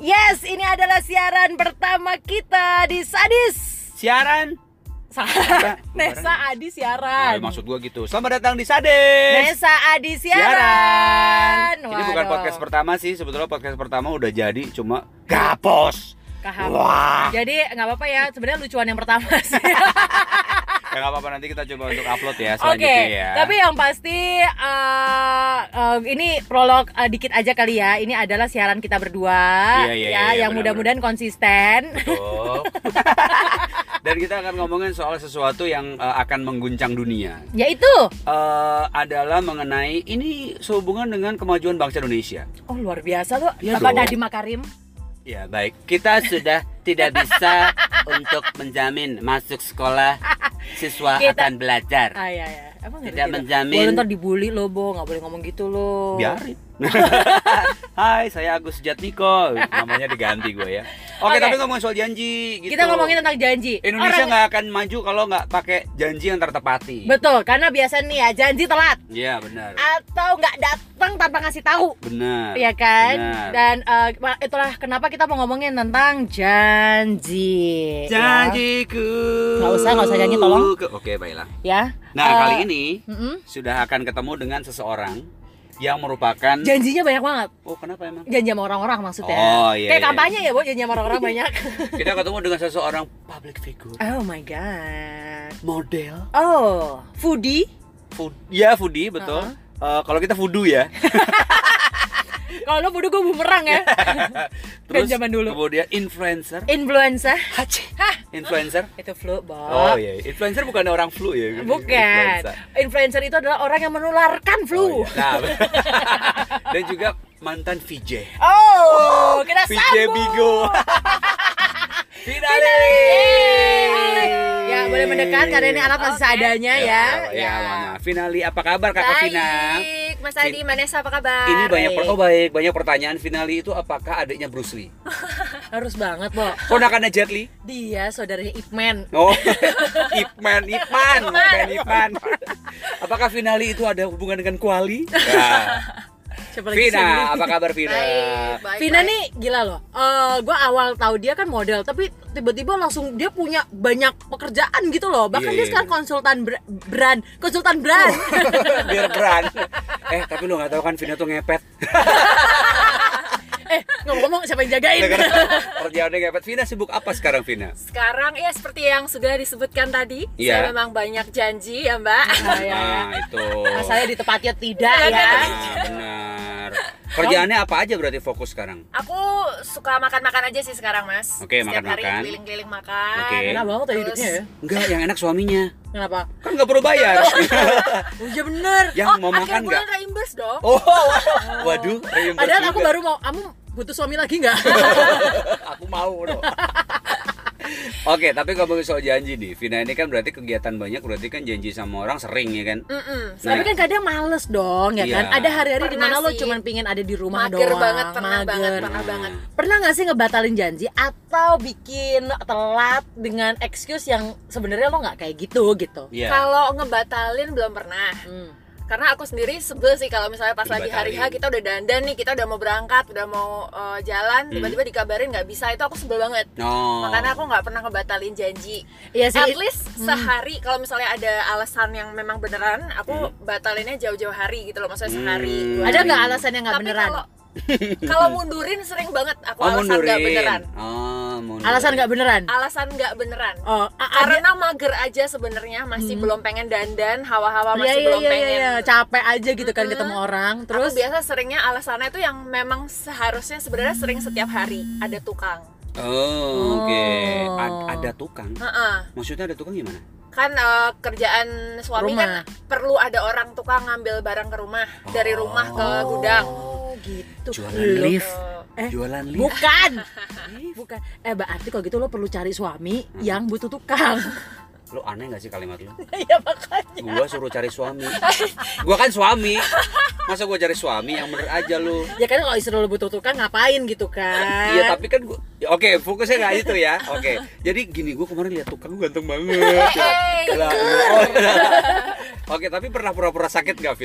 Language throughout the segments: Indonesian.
Yes, ini adalah siaran pertama kita di Sadis. Siaran? Nesa Adi siaran. Maksud gua gitu. Selamat datang di Sadis. Nesa Adi siaran. Ini bukan podcast pertama sih, sebetulnya podcast pertama udah jadi, cuma gapos. Wah. Jadi nggak apa-apa ya, sebenarnya lucuan yang pertama sih. Ya nggak apa-apa, nanti kita coba untuk upload ya selanjutnya ya. Tapi yang pasti ini prolog dikit aja kali ya. Ini adalah siaran kita berdua, iya, yang mudah-mudahan konsisten. Betul. Dan kita akan ngomongin soal sesuatu yang akan mengguncang dunia. Yaitu adalah mengenai ini sehubungan dengan kemajuan bangsa Indonesia. Oh luar biasa tuh, Ya, Bapak Nadiem Makarim. Ya baik, kita sudah tidak bisa untuk menjamin masuk sekolah siswa akan belajar. Iya. Emang tidak menjamin. Boleh ntar dibully lo, Bo, nggak boleh ngomong gitu lo. Biarin. Hai, saya Agus Sujatmiko. Namanya diganti gue ya. Oke, tapi ngomongin soal janji gitu. Kita ngomongin tentang janji. Indonesia nggak akan maju kalau nggak pakai janji yang tertepati. Betul, karena biasa nih ya janji telat. Iya, benar. Atau nggak datang tanpa ngasih tahu. Benar. Iya kan? Benar. Dan itulah kenapa kita mau ngomongin tentang janji. Janjiku. Nggak usah nyanyi tolong. Oke, baiklah. Ya. Nah, kali ini sudah akan ketemu dengan seseorang yang merupakan janjinya banyak banget. Oh, kenapa emang? Janji sama orang-orang maksudnya. Oh, iya. Kayak kampanye ya, Bu, janji sama orang-orang banyak. Kita ketemu dengan seseorang public figure. Oh my god. Model. Oh, foodie. Foodie, betul. Kalau kita voodoo ya. Kalau lo voodoo gue bumerang ya. Terus kan zaman dulu. Kemudian influencer. Hah? Influencer. Itu flu, Bo. Oh iya, influencer bukan orang flu ya. Bukan. Influencer itu adalah orang yang menularkan flu. Oh, iya. Nah, dan juga mantan VJ. Oh, kita VJ sambung. Bigo. Finale. Ya, boleh mendekat karena ini alat masih seadanya ya. Ya, mana? Finale, apa kabar Kakak Vina? Baik, Mas Adi, Manesa apa kabar? Ini banyak pertanyaan. Finale itu apakah adiknya Bruce Lee? Harus banget, Bo. Ponakannya Jet Li? Dia saudaranya Ip Man. Oh, Ipman. Apakah Finale itu ada hubungan dengan Kuali? Ya. Vina, apa kabar Vina? Baik, Vina baik. nih gila loh. Gue awal tahu dia kan model, tapi tiba-tiba langsung dia punya banyak pekerjaan gitu loh. Bahkan dia sekarang konsultan brand. Biar brand. Tapi lo nggak tahu kan Vina tuh ngepet. Ngomong-ngomong siapa yang jagain? Kerjaannya ngepet. Vina sibuk apa sekarang Vina? Sekarang ya seperti yang sudah disebutkan tadi, Iya. saya memang banyak janji ya Mbak. Nah, itu. Saya ditepatnya tidak ya. Benar. Kerjaannya apa aja berarti fokus sekarang? Aku suka makan-makan aja sih sekarang Mas. Oke, Setiap hari makan-makan. keliling-keliling makan. Oke. Enak banget ya hidupnya ya. Enggak, yang enak suaminya. Kenapa? Kan nggak perlu bayar. Oh iya bener. Yang mau makan akhir nggak? bulan reimburse dong. Oh, waduh. Padahal aku baru mau, kamu butuh suami lagi nggak? Aku mau loh. Oke, tapi ngomongin soal janji nih, Vina ini kan berarti kegiatan banyak, berarti kan janji sama orang sering ya kan? Tapi kan kadang males dong ya kan. Iya. Ada hari-hari di mana lo sih. cuman pingin ada di rumah Mager doang. banget, pernah banget. Pernah nggak sih ngebatalin janji atau bikin telat dengan excuse yang sebenarnya lo nggak kayak gitu? Iya. Kalau ngebatalin belum pernah. Karena aku sendiri sebel sih kalau misalnya pas lagi hari H kita udah dandan nih, kita udah mau berangkat, udah mau jalan, tiba-tiba dikabarin nggak bisa, itu aku sebel banget. Makanya aku nggak pernah ngebatalin janji. Iya sih. At least sehari, kalau misalnya ada alasan yang memang beneran, aku batalinnya jauh-jauh hari gitu loh, maksudnya sehari. Ada nggak alasan yang nggak Tapi beneran? kalau mundurin sering banget aku alasan mundurin. nggak beneran. Mundurin. Alasan nggak beneran? Alasan nggak beneran. Oh, Karena mager aja sebenarnya, masih belum pengen dandan, hawa-hawa masih belum pengen. capek aja gitu kan ketemu orang. Terus Aku biasa seringnya alasannya itu yang memang seharusnya sebenarnya sering setiap hari ada tukang. Oke. Ada tukang. Maksudnya ada tukang gimana? Kan kerjaan suami Rumah. kan perlu ada orang tukang ngambil barang ke rumah, dari rumah ke gudang. Oh gitu. Jualan lift. Eh, Jualan lift. Bukan. Bukan. Berarti kalau gitu lo perlu cari suami yang butuh tukang. Lo aneh gak sih kalimat lo? Iya makanya. Gua suruh cari suami. Gua kan suami. Masa gua cari suami yang bener aja lo? Ya kan kalau istri lo butuh tukang ngapain gitu kan? Iya tapi kan gua, oke, fokusnya nggak itu ya. Oke, jadi gini, gua kemarin lihat tukang ganteng banget. Oke, tapi pernah pura-pura sakit gak, Vin?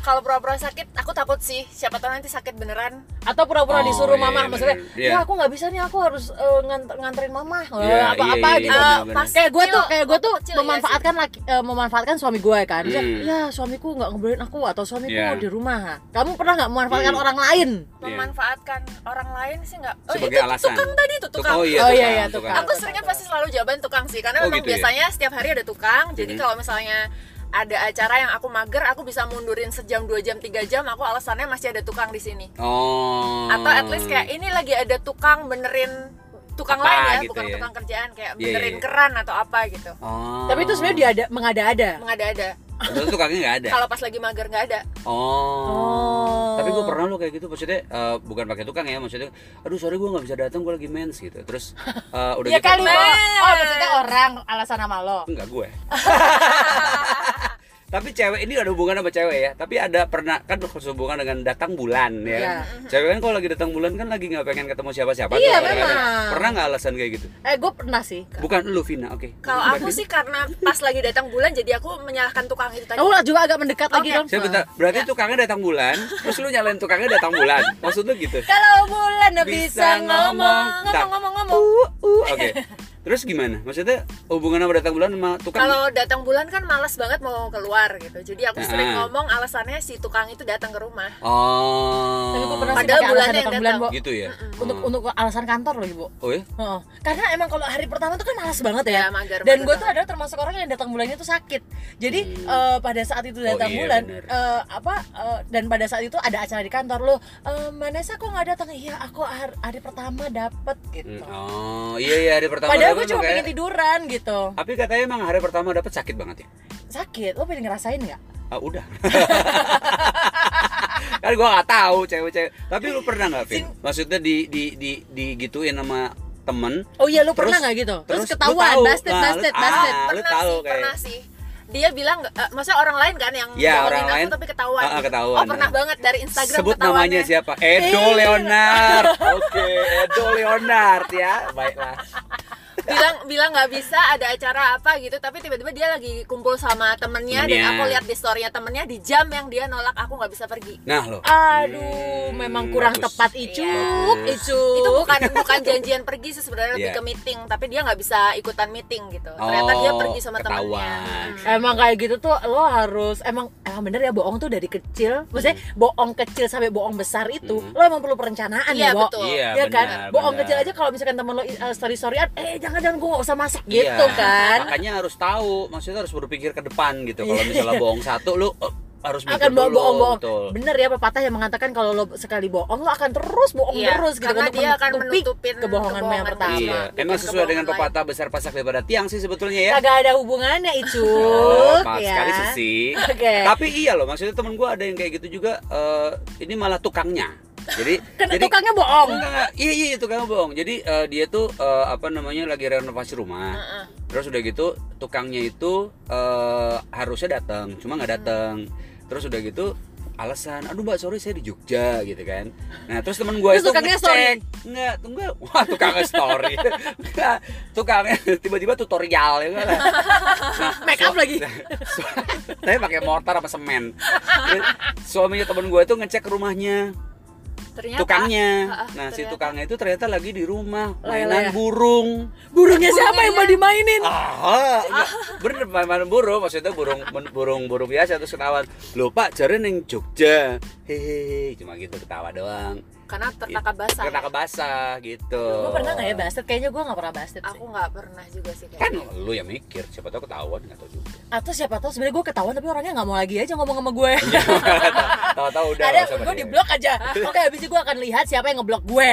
kalau pura-pura sakit aku takut sih, siapa tahu nanti sakit beneran. Atau pura-pura disuruh mama, maksudnya iya. ya aku nggak bisa nih, aku harus nganterin mama Iya, gitu. Pas Kayak gue tuh kecil memanfaatkan suami gue kan. Ya suamiku nggak ngebolehin aku, atau suamiku di rumah. Kamu pernah nggak memanfaatkan orang lain? Memanfaatkan orang lain sih nggak. Sebagai alasan. Tukang tadi tuh tukang. Iya, tukang. Aku seringnya pasti selalu jawaban tukang sih, karena memang gitu biasanya setiap hari ada tukang. Jadi kalau misalnya ada acara yang aku mager, aku bisa mundurin sejam, 2 jam, 3 jam, aku alasannya masih ada tukang di sini. Atau at least kayak ini lagi ada tukang benerin tukang apa, lain ya, gitu bukan ya? tukang kerjaan kayak benerin keran atau apa gitu. Tapi itu sebenarnya mengada-ada. Betul, tukangnya nggak ada. Kalau pas lagi mager nggak ada. Tapi gue pernah lo kayak gitu, maksudnya bukan pakai tukang ya, maksudnya aduh sorry gue nggak bisa datang, gue lagi mens gitu. Terus udah ya gitu kali maksudnya orang alasan sama lo. enggak gue. Tapi cewek ini ada hubungan sama cewek ya. Tapi ada pernah kan hubungan dengan datang bulan ya. Cewek kan kalau lagi datang bulan kan lagi nggak pengen ketemu siapa-siapa. Iya tuh, memang. Pernah nggak alasan kayak gitu? Gue pernah sih. Bukan lu Vina, oke. Kalau aku sih karena pas lagi datang bulan jadi aku menyalahkan tukang itu tadi. Kamu juga agak mendekat lagi dong. Saya bentar, berarti tukangnya datang bulan, terus lu nyalain tukangnya datang bulan. Maksud lu gitu? Kalau bulan bisa ngomong. Oke. Terus gimana? Maksudnya hubungan sama datang bulan sama tukang? Kalau datang bulan kan malas banget mau keluar gitu. Jadi aku sering ngomong alasannya si tukang itu datang ke rumah. Tapi gue pernah padahal bulannya datang yang bulan, datang. Gitu ya. Untuk alasan kantor loh, Ibu. Oh ya? Karena emang kalau hari pertama tuh kan malas banget ya. Mager, Dan gue tuh adalah termasuk orang yang datang bulannya tuh sakit. Jadi pada saat itu datang bulan dan pada saat itu ada acara di kantor lo, Manesa kok nggak datang? Iya, aku hari pertama dapet gitu. Iya hari pertama. Padahal gue cuma pengen tiduran gitu. Tapi katanya emang hari pertama dapet sakit banget ya? Sakit, lo pengen ngerasain nggak? Udah. Kan gue nggak tahu cewek-cewek. Tapi lu pernah nggak, Vin? Maksudnya digituin sama temen? Oh iya, lu pernah nggak gitu? Terus ketahuan, busted. Pernah sih. Dia bilang maksudnya orang lain kan yang orang lain tapi ketahuan. Ketahuan. Pernah banget dari Instagram. Sebut namanya siapa? Edo Leonard. Oke, Edo Leonard ya. Baiklah. bilang nggak bisa, ada acara apa gitu, tapi tiba-tiba dia lagi kumpul sama temennya. Dan aku lihat di story-nya temennya di jam yang dia nolak aku nggak bisa pergi. Nah lo. Aduh, memang kurang tepat Icuk. Itu bukan janjian pergi sih sebenarnya, lebih ke meeting, tapi dia nggak bisa ikutan meeting gitu. Ternyata dia pergi sama temennya. Emang kayak gitu tuh lo harus emang bener ya, bohong tuh dari kecil. Maksudnya bohong kecil sampai bohong besar itu lo emang perlu perencanaan ya, Bo. Iya kan? Bohong kecil aja kalau misalkan temen lo story-storyan, jangan gue nggak usah masak gitu kan. Makanya harus tahu, maksudnya harus berpikir ke depan gitu. Kalau misalnya bohong satu, lu harus mikir akan dulu. Bohong. Bener ya pepatah yang mengatakan kalau lo sekali bohong, lo akan terus bohong terus gitu. Karena dia akan menutupin kebohonganmu yang pertama. Iya. Emang sesuai dengan pepatah besar pasak daripada tiang sih sebetulnya ya. Kagak ada hubungannya Icuk. Maaf sekali Susi. Tapi iya loh, maksudnya temen gue ada yang kayak gitu juga. Ini malah tukangnya. Jadi tukangnya bohong. Iya tukangnya bohong. Jadi dia tuh lagi renovasi rumah. Terus udah gitu tukangnya itu harusnya datang, cuma nggak datang. Terus udah gitu alasan, aduh mbak sorry saya di Jogja gitu kan. Nah terus temen gue itu ngecek, enggak, wah tukangnya story, enggak, tukangnya tiba-tiba tutorial ya kan. Nah, make up lagi. Saya pakai mortar apa semen. Suaminya temen gue itu ngecek ke rumahnya. Ternyata, tukangnya, si tukangnya itu ternyata lagi di rumah mainan burung. Burungnya siapa yang mau dimainin? Bener mainan burung, maksudnya burung biasa. Terus ketahuan, loh pak jare neng Jogja, hehehe, cuma gitu ketawa doang. Karena tertangkap basah gitu. Gue pernah nggak ya busted? Kayaknya gue nggak pernah busted. Aku nggak pernah juga sih. Kan lu yang mikir, siapa tahu ketahuan, nggak tahu juga. Atau siapa tahu sebenarnya gue ketahuan tapi orangnya nggak mau lagi aja ngomong sama gue. Tahu-tahu udah. Ada gue di blok aja. Oke, habis itu gue akan lihat siapa yang ngeblok gue.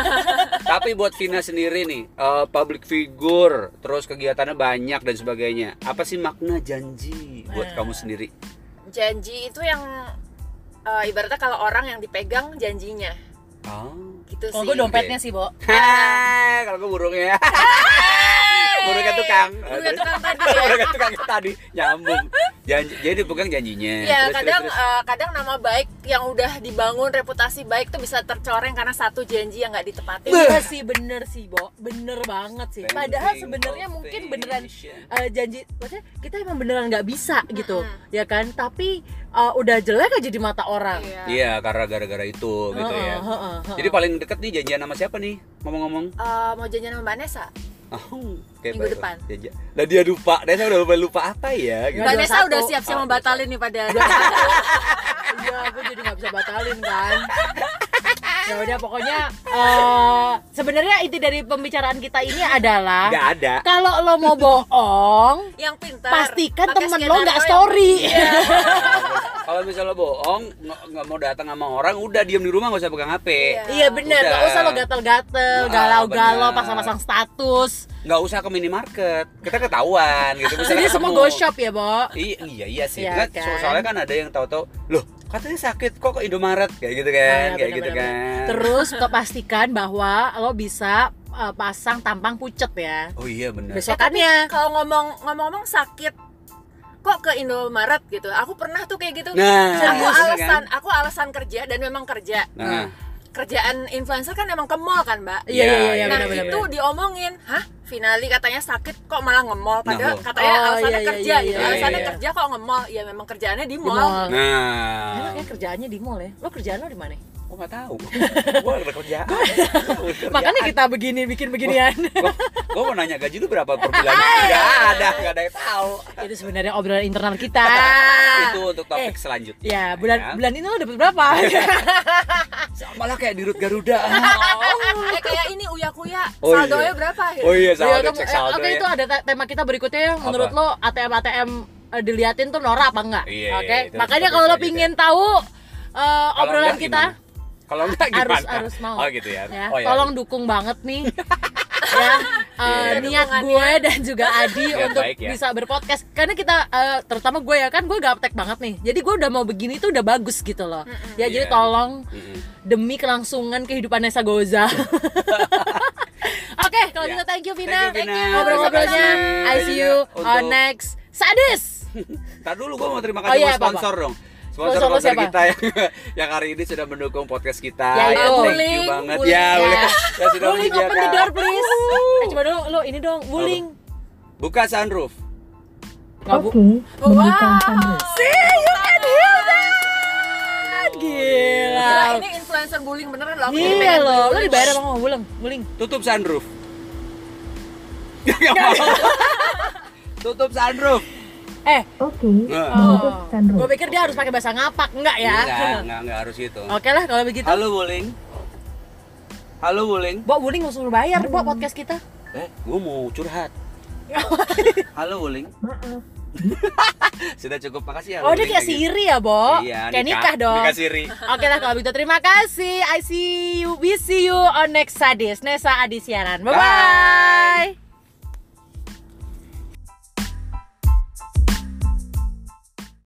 Tapi buat Vina sendiri nih, public figure, terus kegiatannya banyak dan sebagainya. Apa sih makna janji buat kamu sendiri? Janji itu yang ibaratnya kalau orang yang dipegang janjinya. Gitu sih. Gue dompetnya sih, Bo. Kalau gue burungnya. Burungnya tukang. Burungnya tukang tadi nyambung. Jadi pegang janjinya. Iya, kadang nama baik yang udah dibangun, reputasi baik tuh bisa tercoreng karena satu janji yang nggak ditepati. Iya sih, bener sih, Bo. Bener banget sih. Padahal sebenarnya mungkin beneran janji, maksudnya kita emang beneran nggak bisa gitu, ya kan? Tapi udah jelek aja di mata orang. Iya, karena gara-gara itu gitu ya. Jadi paling deket nih janjian sama siapa nih? Ngomong-ngomong. Mau janjian sama Mbak Nesa. Minggu depan. Lah dia lupa, Nesa udah lupa apa ya? Mbak Nesa udah siap-siap membatalin nih pada. Iya, aku jadi nggak bisa batalin kan. Ya udah pokoknya sebenarnya inti dari pembicaraan kita ini adalah nggak ada. Kalau lo mau bohong, yang pintar. pastikan temen lo nggak story. Kalau misalnya bohong, nggak mau datang sama orang, udah diem di rumah nggak usah pegang HP. Iya benar, nggak usah lo gatel-gatel, galau-galau, pasang-pasang status. Nggak usah ke minimarket, kita ketahuan gitu. Jadi semua go shop ya, Bo? Iya sih. Ya, kan? Soalnya kan ada yang tahu-tahu, loh katanya sakit kok ke Indomaret kayak gitu kan, kayak gitu kan. Terus pastikan bahwa lo bisa pasang tampang pucet ya. Oh iya benar. Besokannya kalau ngomong sakit kok ke Indomaret gitu. Aku pernah tuh kayak gitu. Aku alasan kerja dan memang kerja. Kerjaan influencer kan emang ke mall kan, Mbak? Iya, nah itu diomongin, hah? Finali katanya sakit kok malah nge-mall, padahal katanya alasannya kerja gitu. Alasannya kerja kok nge-mall. Ya memang kerjaannya di mall. Emang kayak kerjaannya di mall ya? Lo kerjaan lo di mana? Oh nggak tahu. Gua ada kerjaan. Makanya kita bikin beginian. Gua mau nanya gaji lu berapa per bulan? Nggak ada yang tahu. Itu sebenarnya obrolan internal kita. Itu untuk topik selanjutnya. Ya, bulan ini lo dapat berapa? Malah kayak di Rut Garuda. Kayak ini Uya-Kuya. Saldonya berapa? Oh iya, saldo cek saldo. Oke, itu ada tema kita berikutnya ya. Menurut lo ATM diliatin tuh norak apa enggak? Oke. Makanya kalau lo pingin tahu obrolan kita, kalau enggak gimana? Harus mau. Oh gitu ya. Tolong dukung banget nih. Niat gue dan juga Adi untuk bisa berpodcast, karena kita terutama gue ya kan, gue gaptek banget nih, jadi gue udah mau begini tuh udah bagus gitu loh. Jadi tolong demi kelangsungan kehidupan Nesa Goza. Oke, kalau gitu thank you Vina. Ngobrol-ngobrolnya. I see you on next Sadis. Ntar dulu gue mau terima kasih buat sponsor dong. Sponsor kita yang hari ini sudah mendukung podcast kita. Ya, thank you banget. Ya sudah Wuling, open the door please. Coba dulu lo ini dong, Wuling. Buka sunroof. Oke. Wow. See, you can hear that. Gila. Ini influencer bullying beneran loh. Iya loh. Lo dibayar sama Wuling. Tutup sunroof. Gak mau. Tutup sunroof. Oke. Gue pikir dia harus pakai bahasa ngapak, enggak ya? Enggak harus gitu. Oke lah kalau begitu. Halo Wuling. Bo, Wuling mau suruh bayar buat podcast kita. Gue mau curhat. Halo Wuling. Maaf. Sudah cukup, makasih ya. Oh, dia kayak Siri ya, Bo? Iya, kayak nikah dong. Nikah Siri. Oke lah kalau begitu, terima kasih. We see you on next Sadis. Nesa Adi siaran. Bye.